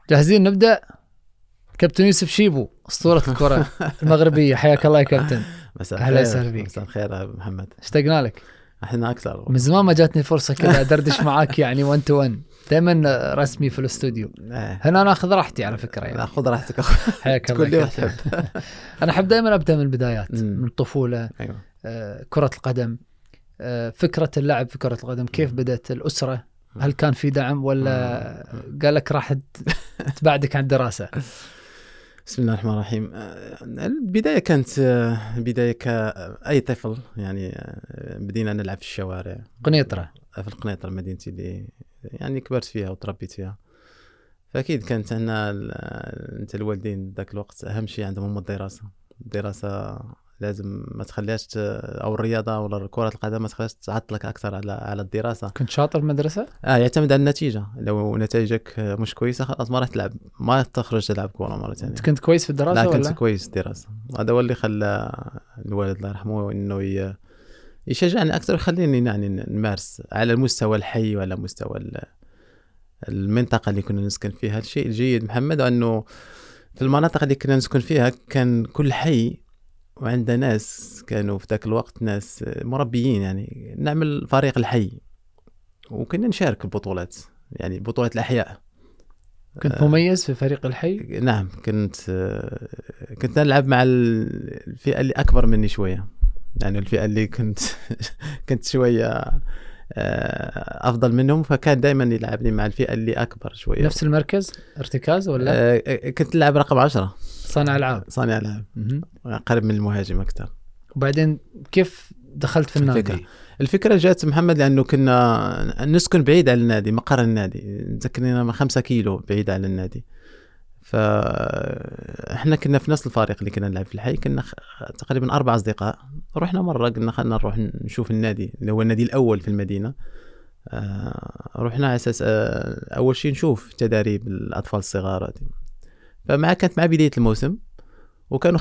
جاهزين نبدأ؟ كابتن يوسف شيبو أسطورة الكرة المغربية، حياك الله يا كابتن. أهلا وسهلا فيك. مساء الخير يا محمد. اشتقنا لك. احنا أكثر. من زمان ما جاتني فرصة كذا أدردش معاك يعني 1 to 1. دائما رسمي في الاستوديو. هنا أنا أخذ راحتي على فكرة يعني. خذ راحتك. حياك الله يا كابتن. أنا أحب دائما أبدأ من البدايات، من الطفولة. أيوة. كرة القدم، فكرة اللعب في كرة القدم، كيف بدأت الأسرة؟ هل كان في دعم ولا قالك راح تبعدك عن الدراسة؟ بسم الله الرحمن الرحيم. البداية كانت بداية كأي طفل يعني. بدينا نلعب في الشوارع، قنيطرة، في القنيطرة مدينتي اللي يعني كبرت فيها وتربيت فيها. فأكيد كانت عندنا أنت الوالدين ذاك الوقت أهم شيء عندهم هم الدراسة لازم ما تخليهاش، او الرياضه ولا كره القدم ما تخليهاش تعطلك اكثر على الدراسه. كنت شاطر المدرسه؟ يعتمد على النتيجه. لو نتائجك مش كويسه خلاص ما راح تلعب، ما تخرج تلعب كره مره ثانيه. كنت كويس في الدراسه؟ لا ولا كنت كويس في الدراسه. هذا هو اللي خلى الوالد الله يرحمه انه يشجعني اكثر ويخليني يعني نمارس على المستوى الحي وعلى مستوى المنطقه اللي كنا نسكن فيها. الشيء الجيد محمد انه في المناطق اللي كنا نسكن فيها كان كل حي وعندنا ناس كانوا في ذاك الوقت ناس مربيين، يعني نعمل فريق الحي وكنا نشارك البطولات، يعني بطولات الأحياء. كنت مميز في فريق الحي؟ نعم كنت نلعب مع الفئة اللي أكبر مني شوية، يعني الفئة اللي كنت شوية أفضل منهم، فكان دائما يلعبني مع الفئة اللي أكبر شوية. نفس المركز ارتكاز ولا؟ كنت لعب رقم 10، صانع ألعاب. صانع ألعاب، قريب من المهاجم أكثر. وبعدين كيف دخلت في النادي؟ الفكرة جات محمد لأنه كنا نسكن بعيد عن النادي، مقر النادي نسكننا 5 كيلو بعيد عن النادي. فإحنا كنا في نفس الفريق اللي كنا نلعب في الحي، كنا تقريبا 4 أصدقاء. رحنا مرة قلنا خلنا نروح نشوف النادي اللي هو النادي الأول في المدينة. رحنا على أساس أول شيء نشوف تدريب الأطفال الصغار. كانت مع بداية الموسم وكانوا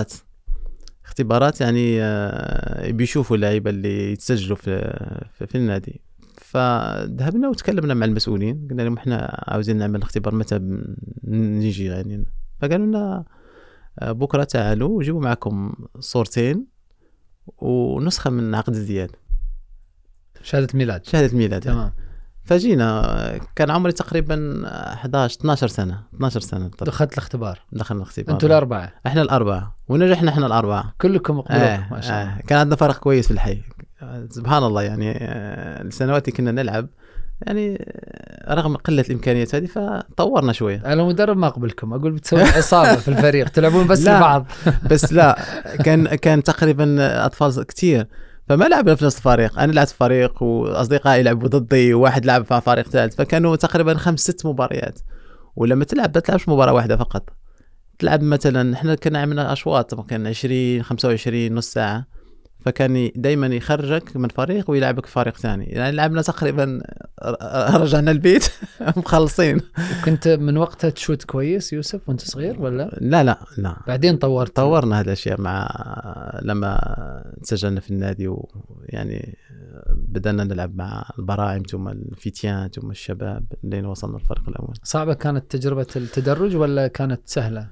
اختبارات يعني بيشوفوا اللعيبة اللي يتسجلوا في النادي. فذهبنا وتكلمنا مع المسؤولين، قلنا لهم احنا عاوزين نعمل اختبار متى نيجي يعني. فقالوا لنا بكرة تعالوا وجيبوا معكم صورتين ونسخة من عقد الزيادة، شهادة ميلاد. تمام. فجينا كان عمري تقريبا 12 سنة. دخلت الاختبار. دخلنا الاختبار. انتوا الأربعة؟ احنا الأربعة ونجحنا احنا الأربعة كلكم مقبولون ما شاء الله. كان عندنا فرق كويس في الحي سبحان الله. يعني السنوات اللي كنا نلعب يعني رغم قلة الإمكانيات هذه فطورنا شوية. أنا مدرب ما أقبلكم، أقول بتسوي عصابة في الفريق تلعبون بس لبعض. بس لا كان تقريبا أطفال كتير، فما لعبنا في نفس الفريق. أنا لعبت في فريق وأصدقائي لعبوا ضدي وواحد لعب في فريق ثالث، فكانوا تقريبا 5-6 مباريات. ولما تلعب بتلعبش مباراة واحدة فقط، تلعب مثلا احنا كنا عملنا أشواط ممكن 20-25 نص ساعة، فكان دايما يخرجك من فريق ويلعبك في فريق ثاني. يعني لعبنا تقريبا رجعنا البيت مخلصين. وكنت من وقتها تشوت كويس يوسف وانت صغير ولا؟ لا بعدين طورنا هذا الشيء لما تسجلنا في النادي، ويعني بدأنا نلعب مع البراعم ثم الفتيان ثم الشباب لين وصلنا الفريق الأول. صعبة كانت تجربة التدرج ولا كانت سهلة؟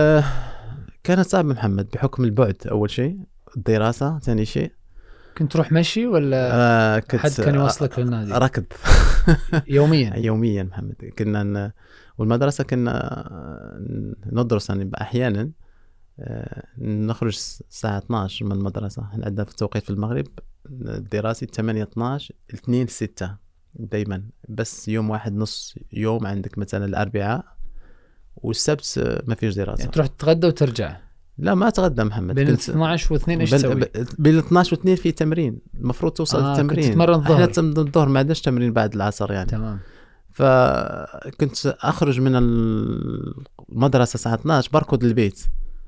كانت صعبة محمد بحكم البعد أول شيء، الدراسة ثاني شيء. كنت تروح مشي ولا حد كان يوصلك للنادي؟ ركض يوميا محمد. كنا والمدرسة كنا ندرس يعني أحيانا نخرج الساعة 12 من المدرسة. احنا عندنا في التوقيت في المغرب الدراسي 8-12 2-6 دايما، بس يوم واحد نص يوم عندك مثلا الأربعاء والسبت ما فيش دراسة. يعني تروح تتغدى وترجع؟ لا ما اتغدى محمد. بين 12 و2 ايش تسوي؟ بين 12 و2 في تمرين، المفروض توصل التمرين. كنت تتمرن الظهر؟ احنا الظهر ما عندناش تمرين بعد العصر يعني. تمام. فكنت اخرج من المدرسة الساعة 12 بركض البيت،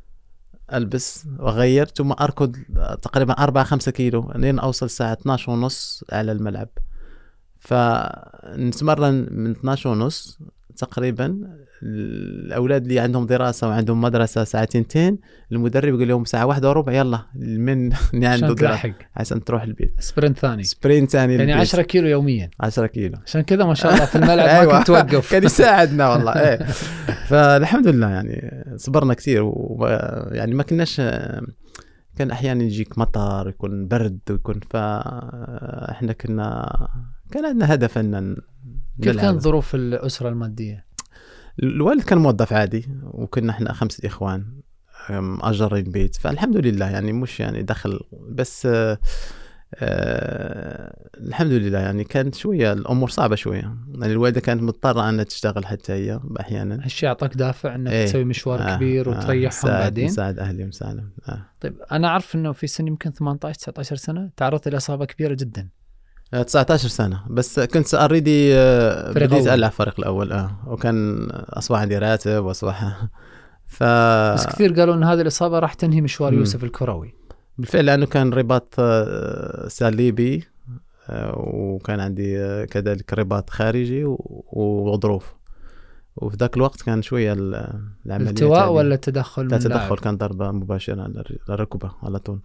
البس واغير ثم اركض تقريبا 4-5 كيلو لين اوصل الساعة 12:30 على الملعب. فنتمرن من 12:30 تقريبا الاولاد اللي عندهم دراسه وعندهم مدرسه ساعتين، المدرب يقول لهم ساعه 1:15 يلا من عنده دراسه عشان تروح البيت. سبرنت ثاني يعني 10 كيلو يوميا. 10 كيلو عشان كذا ما شاء الله في الملعب ما كنت توقف. كان يساعدنا والله. ايه فالحمد لله يعني صبرنا كثير يعني ما كناش، كان احيانا يجيك مطر يكون برد ويكون، فاحنا كان عندنا هدف ان كيف كانت ظروف الاسره الماديه؟ الوالد كان موظف عادي، وكنا احنا 5 إخوان مأجرين بيت، فالحمد لله يعني مش يعني دخل، بس الحمد لله يعني كانت شويه الامور صعبه شويه، يعني الوالده كانت مضطره انها تشتغل حتى هي احيانا. هالشيء اعطاك دافع انك تسوي مشوار كبير وتريحهم بعدين؟ مساعد اهلي ومساعدهم. طيب انا اعرف انه في سن يمكن 18-19 سنه تعرضت لاصابه كبيره جدا. 19 سنه بس كنت اوريدي بديت العب فريق الاول وكان اصبح عندي راتب واصبح بس كثير قالوا ان هذه الاصابه راح تنهي مشوار يوسف الكروي. بالفعل لانه كان رباط صليبي، وكان عندي كذلك رباط خارجي وظروف، وفي ذاك الوقت كان شويه العمليه التواء ولا تدخل؟ لا تدخل، كان ضربه مباشره على الركبه على طول.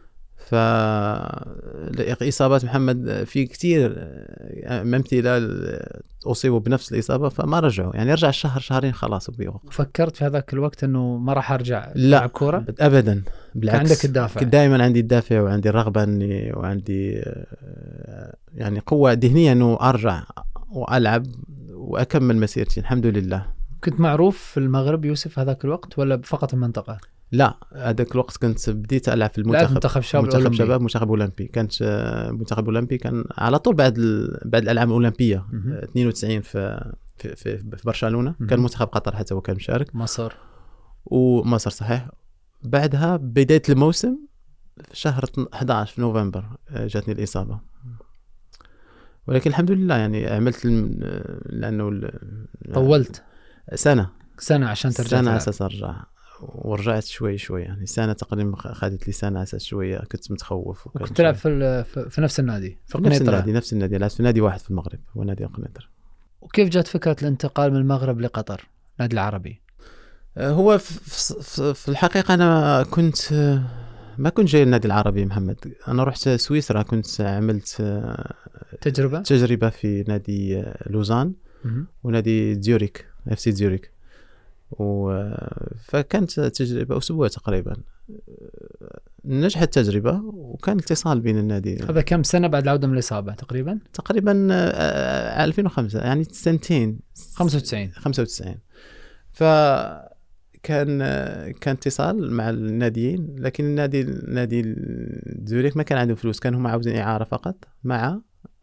فإصابات محمد في كتير امثله اصيبوا بنفس الاصابه فما رجعوا، يعني رجع شهرين خلاص وبيوقف. فكرت في هذاك الوقت انه ما راح ارجع العب كوره؟ ابدا، بالعكس كان عندك الدافع. كنت دائما عندي الدافع وعندي الرغبه اني وعندي يعني قوه ذهنيه انه ارجع والعب واكمل مسيرتي الحمد لله. كنت معروف في المغرب يوسف هذاك الوقت ولا فقط المنطقه؟ لا هذاك الوقت كنت بديت العب في المنتخب، منتخب شباب، منتخب اولمبي. كانت منتخب اولمبي كان على طول بعد الالعاب الاولمبيه 92 في برشلونه. كان منتخب قطر حتى هو كان مشارك، مصر صحيح. بعدها بدايه الموسم في شهر 11 في نوفمبر جاتني الاصابه، ولكن الحمد لله يعني عملت لانه طولت سنه عشان ترجع. سنه اساس ارجع، ورجعت شوي يعني سنة تقريبا أخذت لي سنة أساس شوية كنت متخوف. وكنت تلعب في نفس النادي في نفس النادي لعبت في نادي واحد في المغرب هو نادي القنيطرة. وكيف جات فكرة الانتقال من المغرب لقطر نادي العربي؟ هو في الحقيقة أنا ما كنت جاي النادي العربي محمد، أنا رحت سويسرا، كنت عملت تجربة في نادي لوزان ونادي زيوريك FC زيوريك، فكانت تجربة أسبوع تقريبا. نجحت التجربة وكان اتصال بين النادي. هذا كم سنة بعد العودة من الإصابة؟ تقريبا 2005 يعني سنتين 95. فكان اتصال مع الناديين، لكن نادي زوريك ما كان عنده فلوس، كان هم عاوزين إعارة فقط مع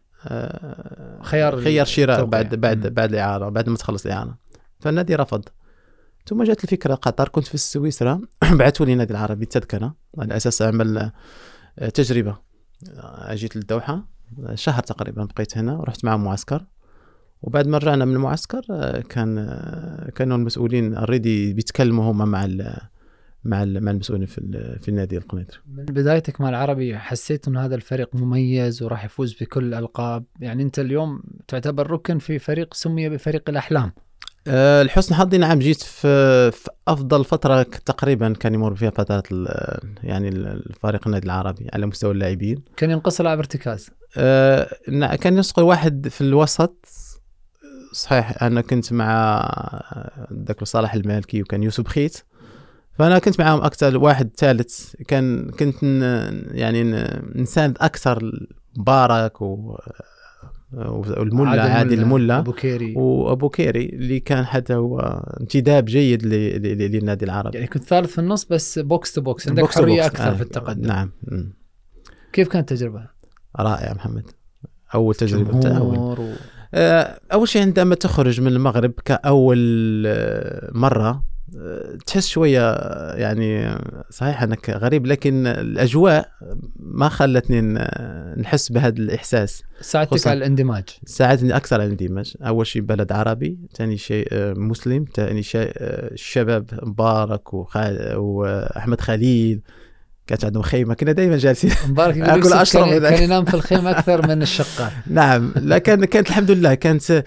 خيار شراء بعد الإعارة، بعد ما تخلص الإعارة. فالنادي رفض. ثم جات الفكرة قطر، كنت في سويسرا بعثوا لي النادي العربي تذكرة على أساس أعمل تجربة. أجيت للدوحة شهر تقريبا، بقيت هنا ورحت معهم معسكر، وبعد ما رجعنا من المعسكر كانوا المسؤولين already بيتكلموا هم مع المسؤولين في النادي القنيطري. من بدايتك مع العربي حسيت أن هذا الفريق مميز وراح يفوز بكل الألقاب، يعني أنت اليوم تعتبر ركن في فريق سمي بفريق الأحلام. الحسن حظي نعم، جيت في أفضل فترة تقريبا كان يمر فيها فترات يعني الفريق النادي العربي على مستوى اللاعبين. كان ينقص لاعب ارتكاز. كان ينقص واحد في الوسط صحيح. أنا كنت مع ذاك صالح المالكي وكان يوسف خيت، فأنا كنت معهم أكثر. واحد ثالث كنت يعني نساند أكثر مبارك والملا عادل الملا وأبو كيري اللي كان حتى هو انتداب جيد للنادي العربي. يعني كنت ثالث في النص بس بوكس تو بوكس، عندك حرية أكثر في التقدم. نعم. كيف كانت التجربة؟ رائعة محمد. أول تجربة أول شيء عندما تخرج من المغرب كأول مرة تحس شوية يعني صحيح أنك غريب، لكن الأجواء ما خلتني نحس بهذا الإحساس. ساعدتك على الاندماج؟ ساعدني أكثر على الاندماج. أول شيء بلد عربي، ثاني شيء مسلم، ثاني شيء الشباب مبارك وأحمد خليل كانت عندهم خيمة، كنا دايما جالسين. مبارك كان ينام في الخيمة أكثر من الشقة. نعم، لكن كانت الحمد لله كانت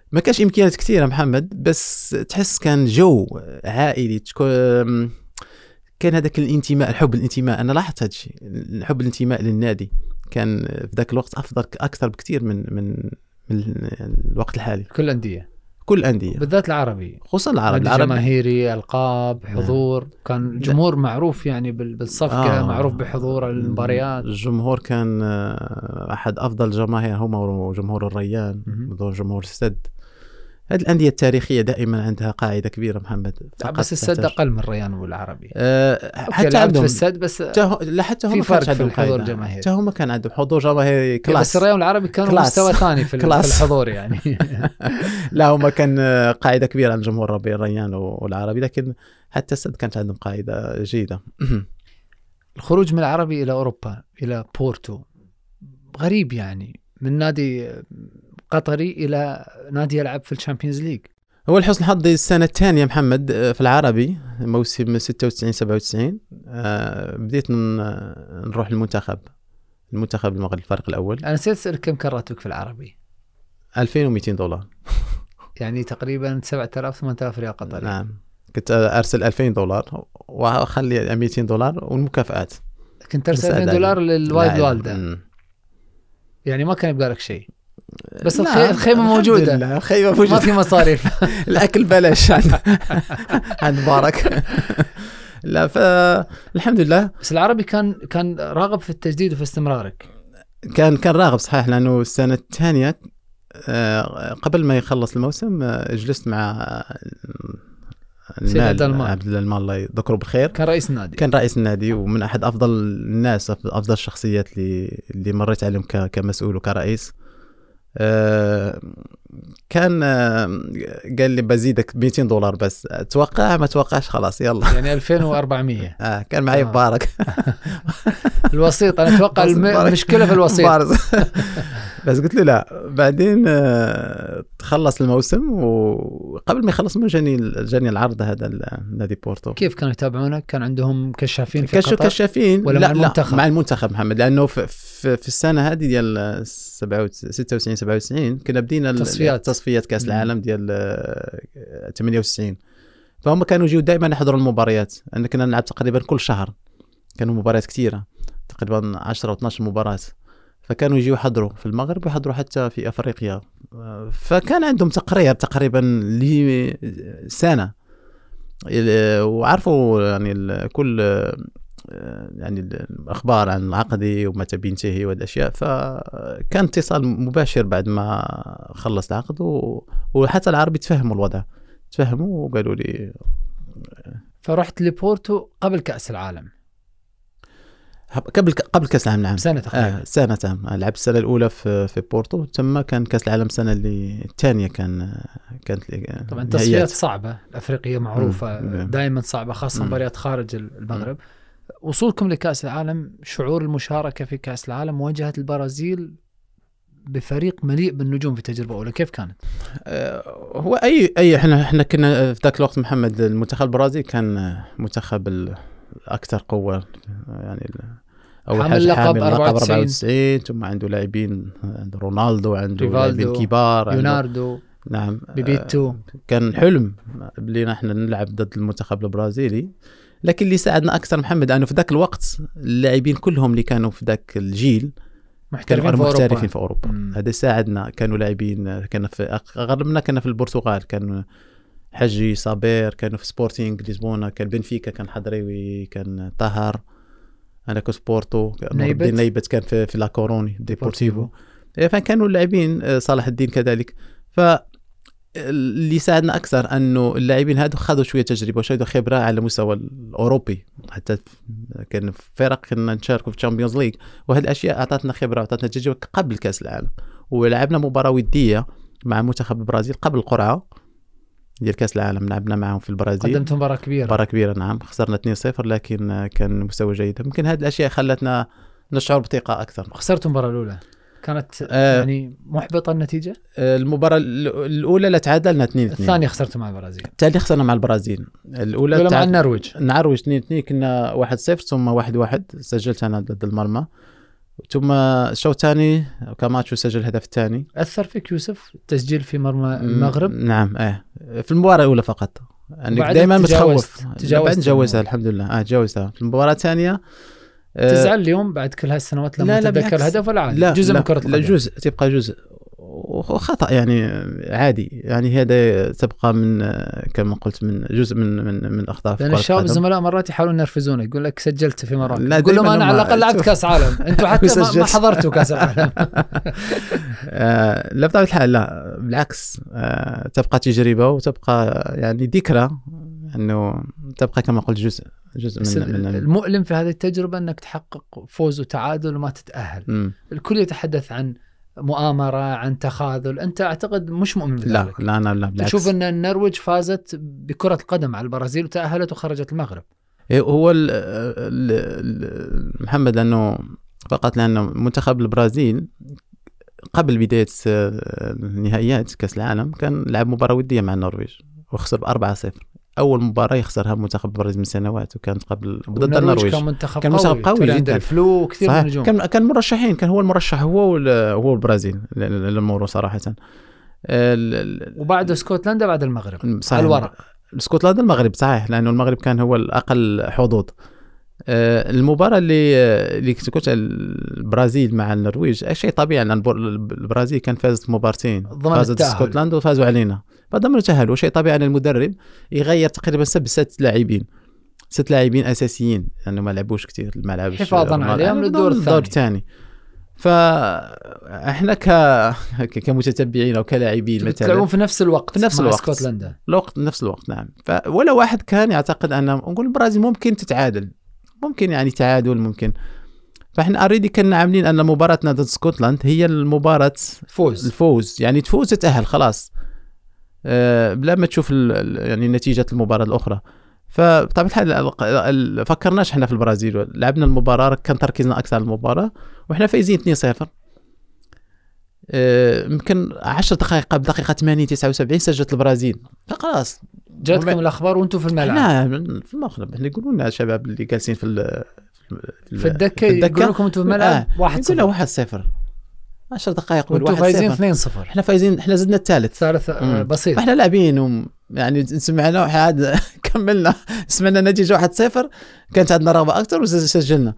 ما كانش امكانيات كثيره محمد، بس تحس كان جو عائلي، كان هذاك الانتماء، الحب الانتماء. انا لاحظت هذا الشيء، الحب الانتماء للنادي كان في ذاك الوقت افضل اكثر بكثير من الوقت الحالي. كل الانديه بالذات العربي، خصوصا العربي جماهيري، القاب، حضور. كان الجمهور معروف يعني بالصفقه، معروف بحضور المباريات. الجمهور كان احد افضل الجماهير، هو جمهور الريان وجمهور السد. هذه الأندية التاريخية دائما عندها قاعدة كبيرة محمد. بس السد أقل من الريان والعربي. حتى عندهم في السد، بس لا حتى هم في فرق في الحضور الجماهيري. حتى هم كان عندهم حضور جماهيري كلاس. بس الريان والعربي كانوا مستوى ثاني في الحضور يعني. لا هم كان قاعدة كبيرة عن جمهور الريان والعربي، لكن حتى السد كانت عندهم قاعدة جيدة. الخروج من العربي إلى أوروبا، إلى بورتو، غريب يعني، من نادي قطري إلى نادي يلعب في الشامبيونز ليج. هو لحسن حظي السنة الثانية محمد في العربي، موسم 96-97 بديت نروح المنتخب المغرب، الفريق الأول. أنا نسيت أسألك كم كان راتبك في العربي؟ $2200 يعني تقريبا 7,000-8,000 ريال قطري. نعم، كنت أرسل $2000 وأخلي $200 والمكافآت. كنت ترسل $200 للوالد والدة، يعني ما كان يبقى لك شيء، بس الخيمة موجودة. ما في مصاريف. الأكل بلاش عند مبارك. لا فالحمد لله. بس العربي كان راغب في التجديد وفي استمرارك. كان راغب صحيح، لأنه السنة الثانية قبل ما يخلص الموسم جلست مع عبد المال الله يذكره بالخير. كان رئيس النادي ومن أحد أفضل الناس، أفضل الشخصيات اللي مريت عليهم كمسؤول وكرئيس. كان قال لي بزيدك $200 بس، اتوقع ما توقعش خلاص يلا. يعني 2400. كان معي مبارك. الوسيط انا اتوقع المشكله في الوسيط. بس قلت له لا. بعدين تخلص الموسم، وقبل ما يخلص جاني العرض هذا النادي بورتو. كيف كانوا يتابعونك؟ كان عندهم كشافين في قطر كشافين ولا مع المنتخب؟ مع المنتخب محمد، لانه في السنه هذه ديال 96-97 كنا بدينا تصفيات كاس العالم ديال 98. فهم كانوا يجيو دائما يحضروا المباريات، لان كنا نلعب تقريبا كل شهر، كانوا مباريات كثيره تقريبا 10 و12 مباراه. فكانوا يجيو يحضروا في المغرب ويحضروا حتى في افريقيا. فكان عندهم تقريبا لسنه، وعرفوا يعني كل يعني الأخبار عن عقدي ومتى بينتهي والأشياء. فكان اتصال مباشر بعد ما خلص العقد، وحتى العربي تفهموا الوضع، تفهموا وقالوا لي. فرحت لبورتو قبل كأس العالم؟ قبل كأس العالم، نعم. سنة تقريبا. سنة تام. لعبت السنة الأولى في بورتو، ثم كان كأس العالم السنة الثانية كانت طبعا تصفيات صعبة، الأفريقية معروفة دائما صعبة، خاصة مباريات خارج المغرب. وصولكم لكأس العالم، شعور المشاركة في كأس العالم، مواجهة البرازيل بفريق مليء بالنجوم في تجربة أولى، كيف كانت؟ هو احنا كنا في ذاك الوقت محمد، المنتخب البرازيلي كان منتخب الأكثر قوة، يعني أول حاجة حامل لقب 94، ثم عنده لاعبين، عنده رونالدو، عنده لاعبين كبار، ليوناردو، نعم، بيبيتو. كان حلم لينا احنا نلعب ضد المنتخب البرازيلي. لكن اللي ساعدنا أكثر محمد أنه في ذاك الوقت اللاعبين كلهم اللي كانوا في ذاك الجيل محترفين في أوروبا. هذا ساعدنا. كانوا لاعبين، كان في أغلبنا كان في البرتغال، كان حجي صابير، كانوا في سبورتينغ لشبونة، كان بنفيكا، كان حضريوي، كان طهر، أنا كنت بورتو، نيبت كان في لا كوروني ديبورتيفو. فكانوا اللاعبين صلاح الدين كذلك. اللي ساعدنا أكثر أنه اللاعبين هادو خذوا شوية تجربة وشوية خبرة على مستوى الأوروبي، حتى كان فرق كنا نشاركوا في الشامبيونز ليج، وهذه الأشياء أعطتنا خبرة وأعطتنا تجربة قبل كأس العالم. ولعبنا مباراة ودية مع منتخب البرازيل قبل القرعة ديال كأس العالم، لعبنا معهم في البرازيل. قدمتم مباراة كبيرة، نعم. خسرنا 2-0، لكن كان مستوى جيد. ممكن هذه الأشياء خلتنا نشعر بثقة أكثر. خسرتوا المباراة الأولى، كانت يعني محبطة النتيجة. المباراة الأولى لا تعادلنا 2-2. الثانية خسرتوا مع البرازيل. الثانية خسرنا مع البرازيل. الأولى مع النرويج 2-2، كنا 1-0 ثم 1-1، سجلت أنا ضد المرمى. ثم الشوط الثاني كاماتشو سجل الهدف الثاني. اثر فيك يوسف التسجيل في مرمى المغرب؟ نعم في المباراه الاولى فقط، يعني دائما متخوف. تجاوزها الحمد لله. تجاوزها. في المباراه الثانيه تزعل اليوم بعد كل هالسنوات لما تتذكر الهدف ولا عادي؟ لا جزء من كرة القدم. لا جزء، تبقى جزء وخطأ يعني عادي، يعني هذا تبقى من كما قلت من جزء من أخطاء كرة القدم. لأن الشباب الزملاء مرات يحاولون ينرفزونه، يقول لك سجلت في مراكز، يقول لهم أنا على الأقل لعبت كأس عالم، أنتوا حتى ما حضرتوا كأس العالم. لا بطبيعة الحال لا بالعكس، تبقى تجربة وتبقى يعني ذكرى، أنه تبقى كما قلت جزء من المؤلم في هذه التجربة أنك تحقق فوز وتعادل وما تتأهل. الكل يتحدث عن مؤامرة، عن تخاذل، أنت أعتقد مش مؤمن بذلك؟ لا بالعكس. تشوف أن النرويج فازت بكرة القدم على البرازيل وتأهلت وخرجت المغرب. هو محمد لأنه فقط لأنه منتخب البرازيل قبل بداية نهائيات كأس العالم كان لعب مباراة ودية مع النرويج وخسر 4-0. أول مباراة يخسرها منتخب البرازيل من سنوات، وكانت قبل ضد النرويج. كان منتخب قوي جدا، الفلو كثير من النجوم. كان مرشحين، كان هو المرشح هو البرازيل للمورو صراحة. وبعد اسكتلندا بعد المغرب على الورق. اسكتلندا المغرب صحيح، لأنه المغرب كان هو الأقل حظوظ. المباراة اللي كنت البرازيل مع النرويج شيء طبيعي، لأن البرازيل كان فازت مبارتين، فازت اسكتلندا وفازوا علينا فضمن تأهل. وشيء طبيعي أن المدرب يغير تقريبا 6 لاعبين أساسيين لأنه ما لعبوش كتير، ما لعبوش حفاظا عليهم للدور الثاني. فاحنا كمتتبعين او كلاعبين مثلا تلعبون في نفس الوقت مع اسكتلندا، نفس الوقت نعم. ولا واحد كان يعتقد ان نقول البرازيل ممكن تتعادل، ممكن يعني تعادل ممكن. فاحنا اريدي كنا عاملين ان مباراتنا ضد اسكتلندا هي المباراة الفوز، يعني تفوز تتأهل خلاص بلا ما تشوف يعني نتيجة المباراة الأخرى. فبطبيعة الحال فكرناش احنا في البرازيل، لعبنا المباراة كان تركيزنا أكثر على المباراة وإحنا فايزين 2-0. يمكن 10 دقائق قبل دقيقة 80-79 سجلت البرازيل، فخلاص جاتكم الأخبار وأنتم في الملعب. نعم في المغرب، احنا يقولون لنا الشباب اللي جالسين في الدكة يقولون لكم أنتم في الملعب 1-0 10 دقائق وانتم فايزين 2-0. احنا فايزين، احنا زدنا الثالث بسيط. احنا لاعبين يعني سمعنا واحد كملنا سمعنا نتيجة 1-0 كانت عندنا رغبة أكثر وسجلنا.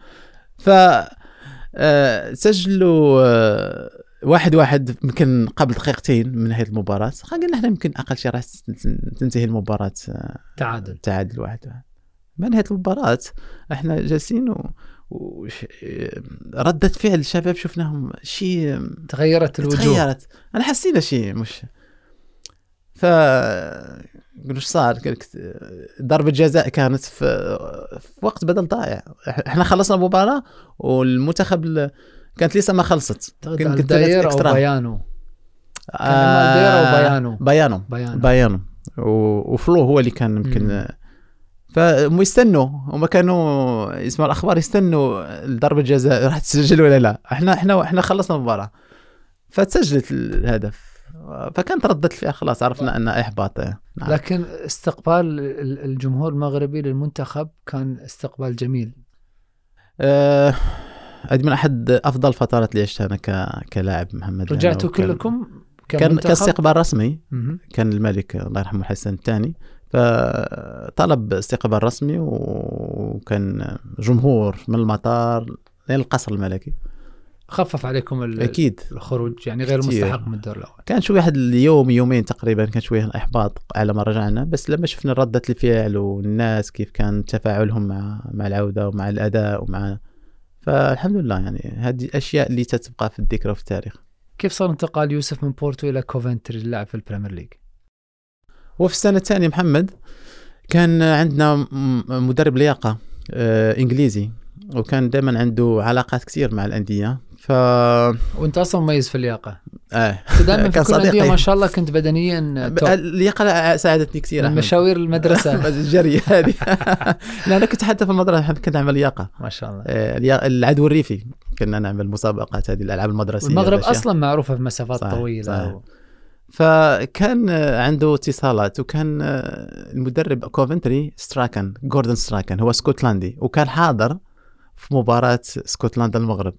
سجلوا 1-1 يمكن قبل دقيقتين من نهاية المباراة. قلنا احنا يمكن أقل شيء راح تنتهي المباراة تعادل 1-1. ما نهاية المباراة احنا جالسين ردة فعل الشباب شفناهم شيء تغيرت الوجوه، أنا حسينا شيء مش قلوش صار. ضربة جزاء كانت في وقت بدل ضائع، احنا خلصنا المباراة والمنتخب كانت لسه ما خلصت. الداير أو بيانو بيانو وفلو هو اللي كان يمكن فميستنوا وما كانوا يسمعوا الأخبار، يستنوا ضربة الجزاء راح تسجل ولا لا. احنا خلصنا المباراة فتسجلت الهدف، فكانت ردت فيها خلاص عرفنا أن إحباط. لكن استقبال الجمهور المغربي للمنتخب كان استقبال جميل. هذه من أحد أفضل فترات اللي عشتها أنا كلاعب محمد. رجعتوا كلكم كان استقبال رسمي. كان الملك الله يرحمه الحسن الثاني فطلب استقبال رسمي، وكان جمهور من المطار للقصر الملكي. خفف عليكم أكيد الخروج، يعني غير مستحق من الدور الأول. كان شوي واحد يومين تقريبا كان شوية إحباط على ما رجعنا، بس لما شفنا ردة الفعل والناس كيف كان تفاعلهم مع العودة ومع الأداء ومع، فالحمد لله يعني هذه أشياء اللي تتبقى في الذكرى وفي التاريخ. كيف صار انتقال يوسف من بورتو إلى كوفنتري للعب في البريمير ليج؟ وفي السنة الثانية محمد كان عندنا مدرب لياقة إنجليزي، وكان دائما عنده علاقات كثير مع الأندية. وانت اصلا مميز في اللياقه. دائما في كل الأندية ما شاء الله كنت بدنيا اللياقه ساعدتني كثير. مشاوير المدرسه الجري هذه لا انا كنت حتى في المدرسه كنت اعمل لياقه ما شاء الله. العدو الريفي كنا نعمل مسابقات هذه الالعاب المدرسيه. المغرب اصلا معروفه في مسافات طويله فكان عنده اتصالات، وكان المدرب كوفنتري جوردن ستراكن هو اسكتلندي، وكان حاضر في مباراة اسكتلندا المغرب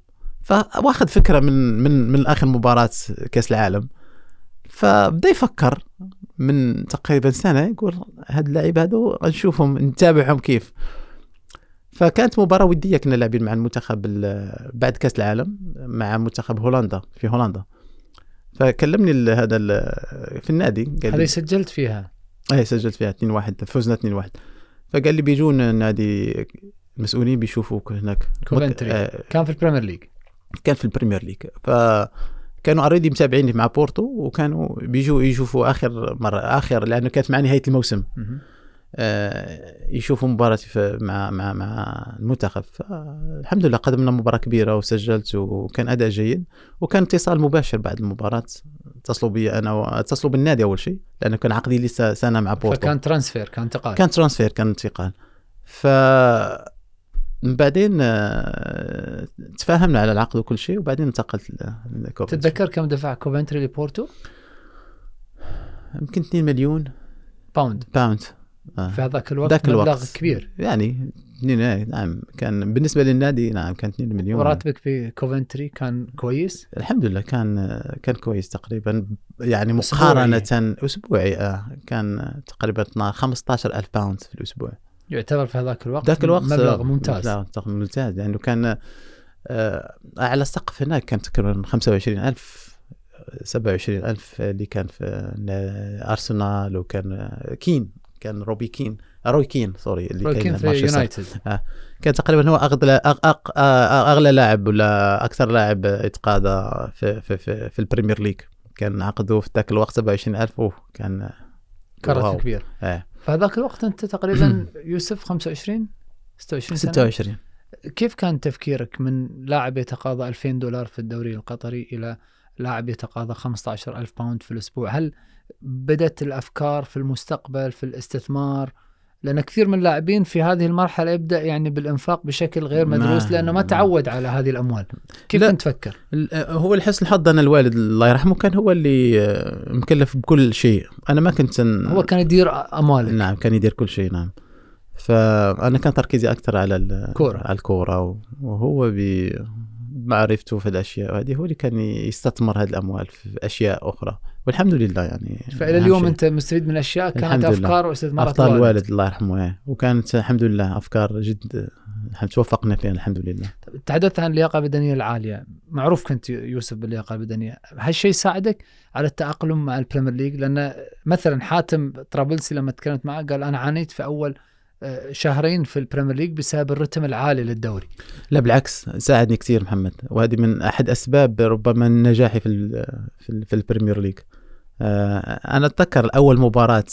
فواخد فكره من اخر مباراه كاس العالم، فبدا يفكر من تقريبا سنه يقول هاد اللاعب هادو غنشوفهم نتابعهم كيف. فكانت مباراه وديه كنا لاعبين مع المنتخب بعد كاس العالم مع منتخب هولندا في هولندا. فكلمني هذا في النادي قال هذه سجلت فيها سجلت فيها 2-1 فزنا 2-1. فقال لي بيجون النادي المسؤولين بيشوفوك هناك كوفنتري كان في البريمير ليج كان في البريمير ليج. فكانوا اوريدي متابعيني مع بورتو وكانوا بيجوا يشوفوا اخر لانه كانت مع نهايه الموسم يشوفوا مباراتي مع المنتخب. فالحمد لله قدمنا مباراة كبيرة وسجلت وكان أداء جيد، وكان اتصال مباشر بعد المباراة اتصلوا بي أنا واتصلوا بالنادي أول شيء لأنه كان عقدي لسه سنة مع بورتو. فكان ترانسفير كان انتقال. بعدين تفاهمنا على العقد وكل شيء وبعدين انتقلت لكوفنتري. تتذكر كم دفع كوفنتري لبورتو؟ يمكن 2 مليون باوند. في هذاك الوقت مبلغ كبير يعني. نعم كان بالنسبة للنادي نعم كان 2 مليون. وراتبك في كوفنتري كان كويس؟ الحمد لله كان كويس تقريبا يعني مقارنة أسبوعي كان تقريبا 15,000 باوند في الأسبوع. يعتبر في هذاك الوقت مبلغ ممتاز. لا ممتاز لأنه كان أعلى سقف هناك كان تقريبا 25,000 27,000 اللي كان في أرسنال. وكان كان روي كين اللي كان في يونايتد كان تقريبا هو أغلى لاعب ولا أكثر لاعب يتقاضى في البريمير ليج. كان عقده في ذاك الوقت 27,000 كان كرة كبير. فهذاك الوقت أنت تقريبا يوسف 26 كيف كان تفكيرك من لاعب يتقاضى $2,000 في الدوري القطري إلى لاعب يتقاضى 15,000 باوند في الأسبوع؟ هل بدأت الأفكار في المستقبل في الاستثمار؟ لأن كثير من اللاعبين في هذه المرحلة يبدأ يعني بالإنفاق بشكل غير مدروس لأنه ما تعود على هذه الأموال. كيف كنت تفكر؟ هو الحسن الحظ أن الوالد الله يرحمه كان هو اللي مكلف بكل شيء. أنا ما كنت هو كان يدير أموالك. نعم كان يدير كل شيء. نعم. فأنا كان تركيزي أكثر على الكورة وهو بمعرفته في الأشياء هذه هو اللي كان يستثمر هذه الأموال في أشياء أخرى والحمد لله يعني. فإلى اليوم أنت مستفيد من أشياء كانت أفكار واستثمارات الوالد الله يرحمه وكانت الحمد لله أفكار جد توفقنا فيها الحمد لله. تحدثت عن اللياقة البدنية العالية. معروف كنت يوسف باللياقة البدنية. هالشيء ساعدك على التأقلم مع البريمير ليج؟ لأن مثلا حاتم طرابلسي لما تكلمت معه قال أنا عانيت في أول شهرين في البريمير ليج بسبب الرتم العالي للدوري. لا بالعكس ساعدني كثير محمد، وهذه من أحد أسباب ربما نجاحي في البريمير ليج. أنا أتذكر أول مباراة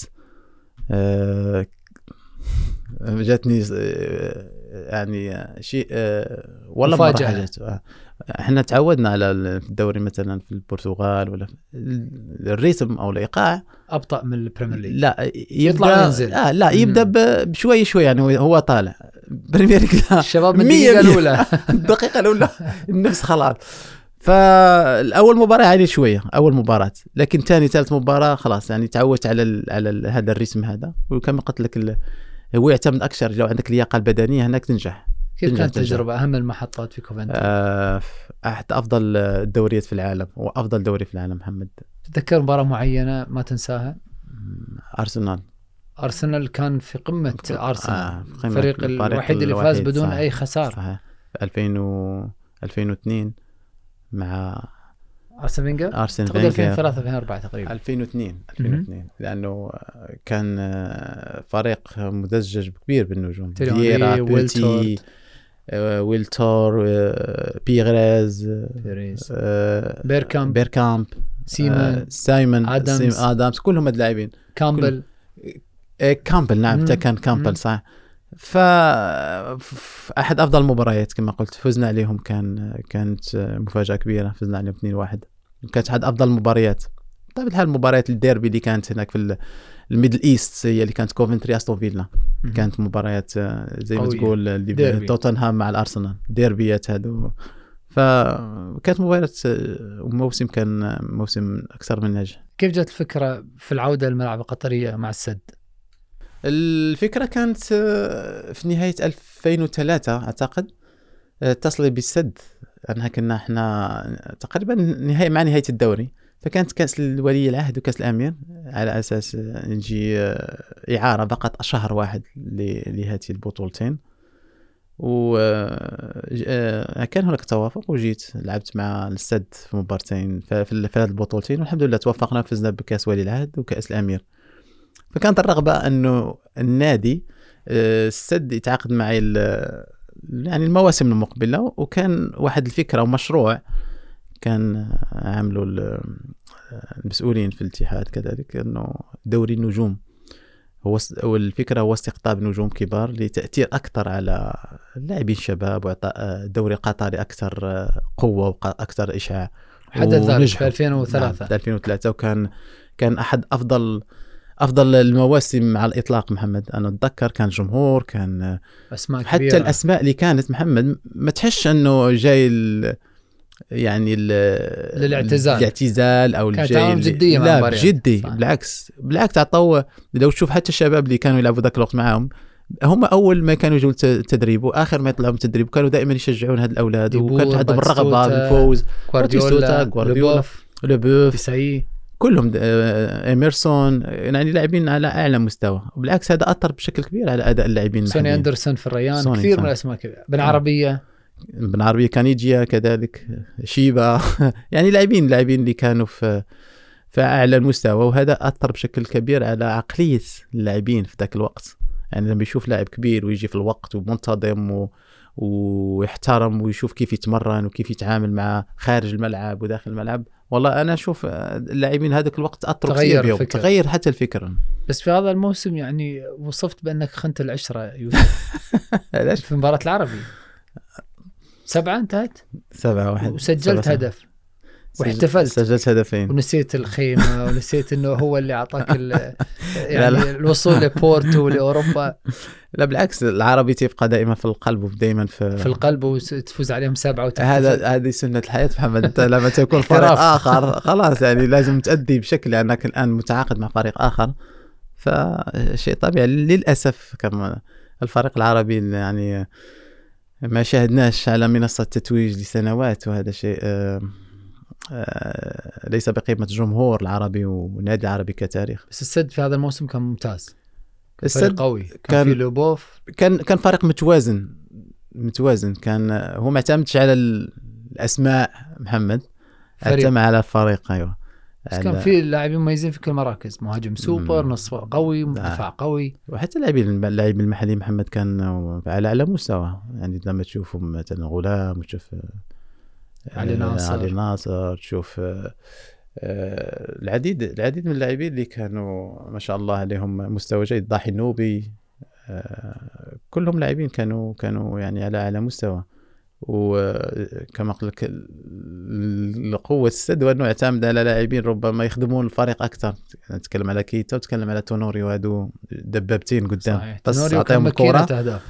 جاتني يعني شيء والله مفاجأة. احنا تعودنا على الدوري مثلا في البرتغال ولا الريتم او الايقاع ابطا من البريمير ليج. لا يطلع ينزل. لا يبدا بشوي شوي يعني هو طالع بريمير ليج الشباب من الدقيقه الاولى الدقيقه الاولى النفس خلاص. فالاول مباراه يعني شويه اول مباراه، لكن ثاني ثالث مباراه خلاص يعني تعودت على هذا الريتم هذا. وكما قلت لك هو يعتمد اكثر لو عندك اللياقه البدنيه هناك تنجح. كيف كانت تجربة أهم المحطات في كوفنتري؟ أحد أفضل الدوريات في العالم وأفضل دوري في العالم محمد. تذكر مباراة معينة ما تنساها؟ أرسنال كان في قمة أرسنال الفريق الوحيد اللي فاز بدون صحيح. أي خسارة صحيح. 2002 مع أرسن فينجر 2003 2004 تقريبا 2002 لأنه كان فريق مدجج كبير بالنجوم. دييرا ويلتور بيغريز بيركامب سايمون آدامز كلهم لاعبين. كامبل نعم كان كامبل صح. فأحد أفضل المباريات كما قلت فزنا عليهم كانت مفاجأة كبيرة. فزنا عليهم 2-1 كانت أحد أفضل المباريات. طيب الحال المباريات الديربي اللي كانت هناك في الميدل إيست هي اللي كانت كوفنتري أستون فيلا كانت مباريات زي ما تقول توتنهام مع الأرسنال ديربيات هذو. فكانت مباراة وموسم كان موسم أكثر من ناجح. كيف جت الفكرة في العودة للملاعب القطرية مع السد؟ الفكرة كانت في نهاية 2003 أعتقد. اتصل بالسد أنها كنا احنا تقريبا نهاية الدوري، فكانت كأس الولي العهد وكأس الأمير على أساس نجي إعارة فقط شهر واحد لهذه البطولتين، وكان هناك توافق وجيت لعبت مع السد في مبارتين في هذه البطولتين، والحمد لله توفقنا فزنا بكأس ولي العهد وكأس الأمير. فكانت الرغبة أنه النادي السد يتعاقد معي يعني المواسم المقبلة، وكان واحد الفكرة ومشروع كان عملوا المسؤولين في الاتحاد كذلك، أنه دوري النجوم والفكرة هو استقطاب نجوم كبار لتأثير أكثر على اللاعبين الشباب، وإعطاء دوري قطري أكثر قوة وأكثر إشعاع. حدث ذلك في 2003. في 2003 وكان أحد أفضل المواسم على الإطلاق محمد. أنا أتذكر كان جمهور، كان أسماء حتى كبيرة. الأسماء اللي كانت محمد ما تحش أنه جاي يعني الاعتزال او الجاي جدية، لا جدي، بالعكس عطوا. لو تشوف حتى الشباب اللي كانوا يلعبوا ذاك الوقت معاهم، هم اول ما كانوا يجوا التدريب واخر ما يطلعوا من التدريب كانوا دائما يشجعون هاد الاولاد، وكانت عندهم الرغبه بالفوز. غوارديولا لوبوف بيساي كلهم إيميرسون، يعني لاعبين على اعلى مستوى، وبالعكس هذا اثر بشكل كبير على اداء اللاعبين. سوني أندرسون في الريان، كثير من الاسماء كبيرة. بن عربية كان يجي كذلك، شيبا يعني لاعبين اللي كانوا في أعلى المستوى، وهذا أثر بشكل كبير على عقلية اللاعبين في ذاك الوقت. يعني لما يشوف لاعب كبير ويجي في الوقت ومنتظم ويحترم ويشوف كيف يتمرن وكيف يتعامل مع خارج الملعب وداخل الملعب، والله أنا أشوف اللاعبين هذاك الوقت أثروا كثير بيهم، تغير حتى الفكرة. بس في هذا الموسم يعني وصفت بأنك خنت العشرة يوسف في مباراة العربي 7 انتهت 7-1 وسجلت هدف واحتفلت، سجلت هدفين ونسيت الخيمة ونسيت انه هو اللي اعطاك يعني الوصول لبورتو ولأوروبا. لا بالعكس، العربي تبقى دائما في القلب، ودائما في القلب، وتفوز عليهم 7 هذه سنة الحياة محمد. انت لما تكون فريق اخر خلاص يعني لازم تأدي بشكل، لانك الان متعاقد مع فريق اخر، فشيء طبيعي. للاسف كما الفريق العربي يعني ما شاهدناش على منصة التتويج لسنوات، وهذا شيء ليس بقيمة الجمهور العربي والنادي العربي كتاريخ. بس السد في هذا الموسم كان ممتاز، السد قوي، كان في لوبوف، كان فريق متوازن. كان هو ما اعتمدش على الأسماء محمد، اعتمد على الفريق. أيوة، بس كان في لاعبين مميزين في كل مراكز، مهاجم سوبر، نصف قوي، دفاع قوي، وحتى اللاعبين المحلي محمد كان على أعلى مستوى. يعني لما تشوفهم مثلا غلام، وتشوف علي ناصر، تشوف العديد من اللاعبين اللي كانوا ما شاء الله عليهم مستوى جيد، ضاحي النوبي، كلهم لاعبين كانوا يعني على أعلى مستوى. وكما قلت لك القوة السد وأنه يعتمد على لاعبين ربما يخدمون الفريق أكثر. نتكلم على كيتا وتكلم على تونوري، وهادو دبابتين قدام، بس أعطيهم الكرة.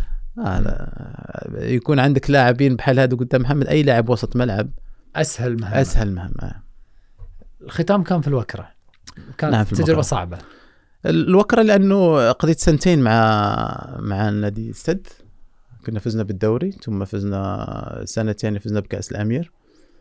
يكون عندك لاعبين بحال هادو قدام محمد، أي لاعب وسط ملعب أسهل مهمة. الختام كان في الوكرة، كانت تجربة صعبة الوكرة، لأنه قضيت سنتين مع نادي السد. كنا فزنا بالدوري، ثم فزنا سنة ثانية فزنا بكأس الأمير.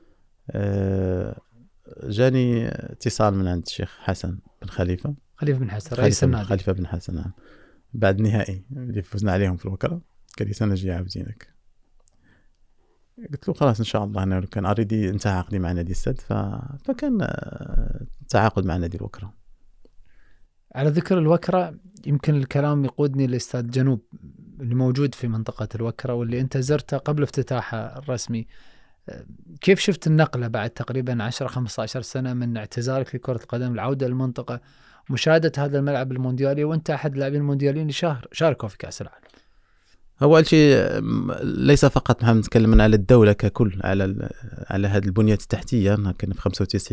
جاني اتصال من عند الشيخ حسن بن خليفة بن حسن رئيس النادي، خليفة بن حسن، بعد نهائي اللي فزنا عليهم في الوكرة، قال لي سنة جاية عاوزينك. قلت له خلاص إن شاء الله. أنا كان أريدي انتهى عقدي مع نادي السد، فكان تعاقد مع نادي الوكرة. على ذكر الوكرة، يمكن الكلام يقودني لاستاد جنوب اللي موجود في منطقة الوكرة، واللي أنت زرته قبل افتتاحه الرسمي. كيف شفت النقلة بعد تقريبا 10-15 سنة من اعتزالك لكرة القدم، العودة للمنطقة، مشاهدة هذا الملعب المونديالي، وأنت أحد اللاعبين الموندياليين اللي شاركوا في كأس العالم؟ أول شيء ليس فقط نتكلم على الدولة ككل، على هذه البنية التحتية. كنا في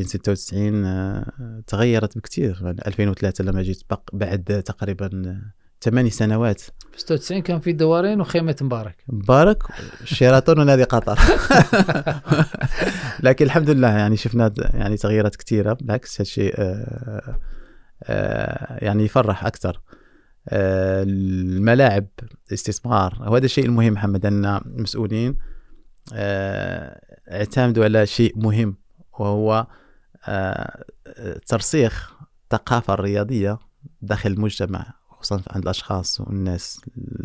95-96 تغيرت بكثير. 2003 لما جيت بعد تقريبا 8 سنوات. في 96 كان في دوارين وخيمة مبارك شيراتون ونادي قطر. لكن الحمد لله يعني شفنا يعني تغييرات كثيرة، بالعكس هالشيء يعني يفرح أكثر. الملاعب استثمار، وهذا الشيء المهم محمد، أن المسؤولين اعتمدوا على شيء مهم، وهو ترسيخ الثقافة الرياضية داخل المجتمع، خصوصا عند الأشخاص والناس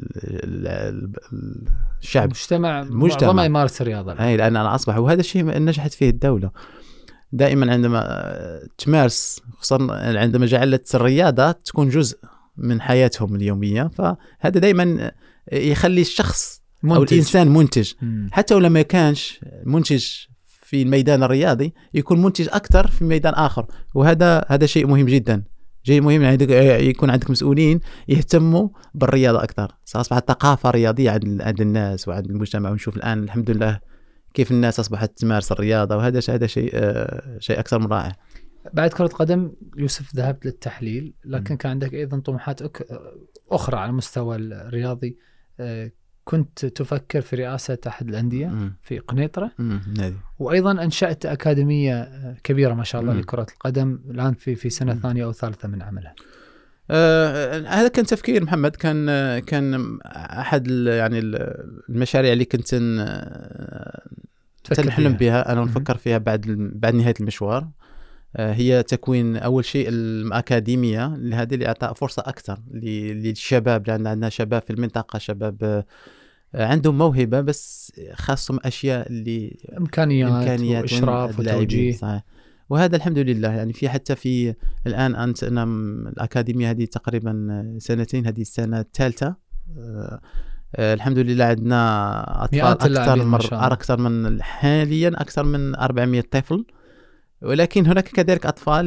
الشعب المجتمع معظمه يمارس الرياضة لأن أنا أصبح، وهذا الشيء نجحت فيه الدولة دائما عندما تمارس، خصوصا عندما جعلت الرياضة تكون جزء من حياتهم اليومية، فهذا دائما يخلي الشخص منتج. أو الإنسان منتج، حتى ولو ما كانش منتج في الميدان الرياضي يكون منتج أكثر في ميدان آخر، وهذا شيء مهم جدا. شيء مهم يكون عندك مسؤولين يهتموا بالرياضة أكثر، أصبحت ثقافة رياضية عند الناس وعند المجتمع. ونشوف الآن الحمد لله كيف الناس أصبحت تمارس الرياضة، وهذا شيء أكثر من رائع. بعد كرة قدم يوسف ذهبت للتحليل، لكن كان عندك أيضا طموحات أخرى على المستوى الرياضي. كنت تفكر في رئاسة أحد الأندية في قنيطرة، وأيضا أنشأت أكاديمية كبيرة ما شاء الله لكرة القدم الآن في سنة ثانية أو ثالثة من عملها. هذا كان تفكير محمد، كان أحد يعني المشاريع اللي كنت نحلم بها أنا ونفكر فيها بعد نهاية المشوار. هي تكوين أول شيء الأكاديمية لهذه، لإعطاء فرصة أكثر للشباب، لأن عندنا شباب في المنطقة، شباب عندهم موهبة بس خاصهم أشياء اللي إمكانيات وإشراف وتوجيه. صحيح. وهذا الحمد لله يعني حتى في الآن أنا الأكاديمية هذه تقريبا سنتين، هذه السنة الثالثة. الحمد لله عندنا أطفال أكثر من حاليا أكثر من 400 طفل، ولكن هناك كذلك أطفال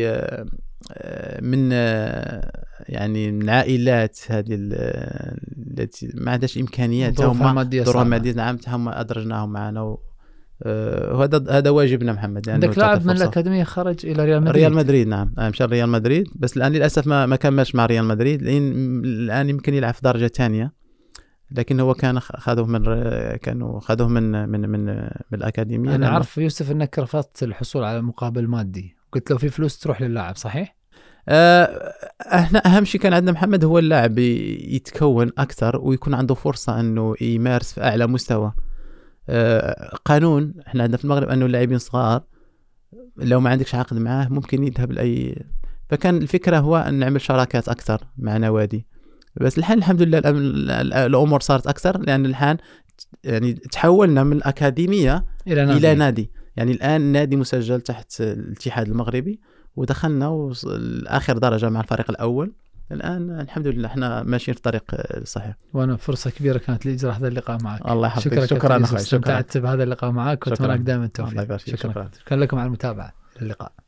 من يعني من عائلات هذه التي ما عندهاش إمكانيات، ظروفها مادية. نعم، هم أدرجناهم معنا، وهذا واجبنا محمد. يعني عندك لاعب من الأكاديمية خرج إلى ريال مدريد. نعم، مشى ريال مدريد، بس الآن للأسف ما كملش مع ريال مدريد، لأن الآن يمكن يلعب في درجة ثانية، لكن هو كانوا خذوه من الأكاديمية. أنا أعرف يوسف أنك رفضت الحصول على مقابل مادي، قلت لو في فلوس تروح للاعب، صحيح؟ احنا أهم شيء كان عندنا محمد هو اللاعب يتكون أكثر ويكون عنده فرصة أنه يمارس في أعلى مستوى. قانون احنا عندنا في المغرب أنه اللاعبين صغار لو ما عندكش عقد معاه ممكن يذهب لأي، فكان الفكرة هو أن نعمل شراكات أكثر مع نوادي. بس الحين الحمد لله الأمور صارت أكثر، لأن الحين يعني تحولنا من الأكاديمية إلى نادي. يعني الآن نادي مسجل تحت الاتحاد المغربي، ودخلنا آخر درجة مع الفريق الأول. الآن الحمد لله احنا ماشيين في الطريق الصحيح. وانا فرصة كبيرة كانت لي إجراء هذا اللقاء معك. الله يحفظك. شكرا أخوي. استمتعت بهذا اللقاء معك، وأتمنى لك دائما التوفيق. شكرا لكم على المتابعة. اللقاء.